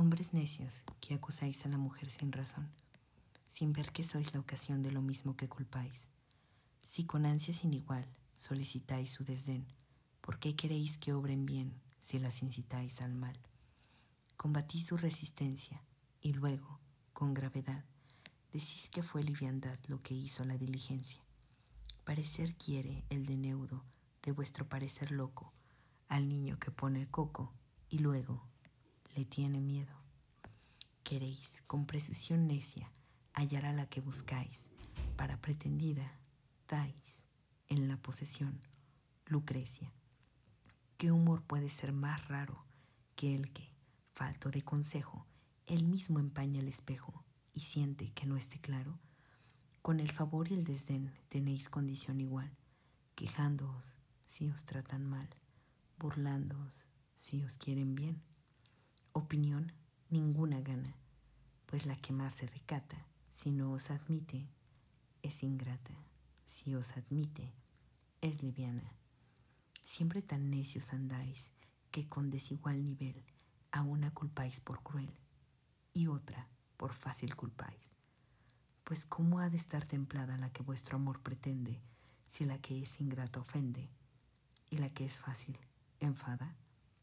Hombres necios que acusáis a la mujer sin razón, sin ver que sois la ocasión de lo mismo que culpáis. Si con ansia sin igual solicitáis su desdén, ¿por qué queréis que obren bien si las incitáis al mal? Combatís su resistencia y luego, con gravedad, decís que fue liviandad lo que hizo la diligencia. Parecer quiere el deneudo de vuestro parecer loco al niño que pone el coco y luego le tiene miedo. Queréis, con precisión necia, hallar a la que buscáis, para pretendida dais en la posesión Lucrecia. ¿Qué humor puede ser más raro que el que, falto de consejo, él mismo empaña el espejo y siente que no esté claro? Con el favor y el desdén tenéis condición igual, quejándoos si os tratan mal, burlándoos si os quieren bien. Opinión ninguna gana, pues la que más se recata, si no os admite, es ingrata, si os admite, es liviana. Siempre tan necios andáis, que con desigual nivel a una culpáis por cruel y otra por fácil culpáis. Pues ¿cómo ha de estar templada la que vuestro amor pretende, si la que es ingrata ofende y la que es fácil enfada?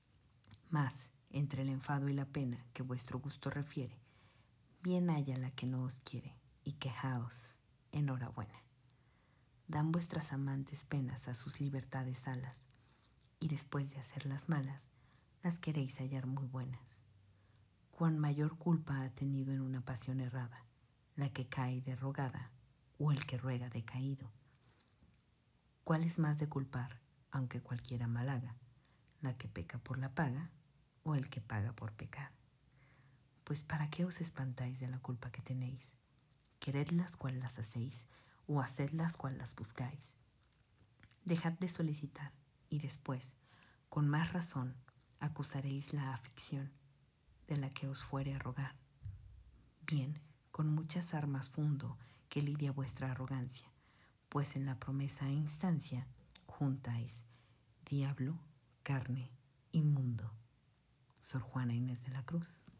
Mas entre el enfado y la pena que vuestro gusto refiere, bien haya la que no os quiere y quejaos, enhorabuena. Dan vuestras amantes penas a sus libertades alas, y después de hacerlas malas, las queréis hallar muy buenas. Cuán mayor culpa ha tenido en una pasión errada, la que cae derrogada o el que ruega decaído. ¿Cuál es más de culpar, aunque cualquiera mal haga, la que peca por la paga o el que paga por pecar? Pues ¿para qué os espantáis de la culpa que tenéis? Queredlas cual las hacéis, o hacedlas cual las buscáis. Dejad de solicitar, y después, con más razón, acusaréis la afición de la que os fuere a rogar. Bien, con muchas armas fundo que lidia vuestra arrogancia, pues en la promesa e instancia juntáis diablo, carne y mundo. Sor Juana Inés de la Cruz.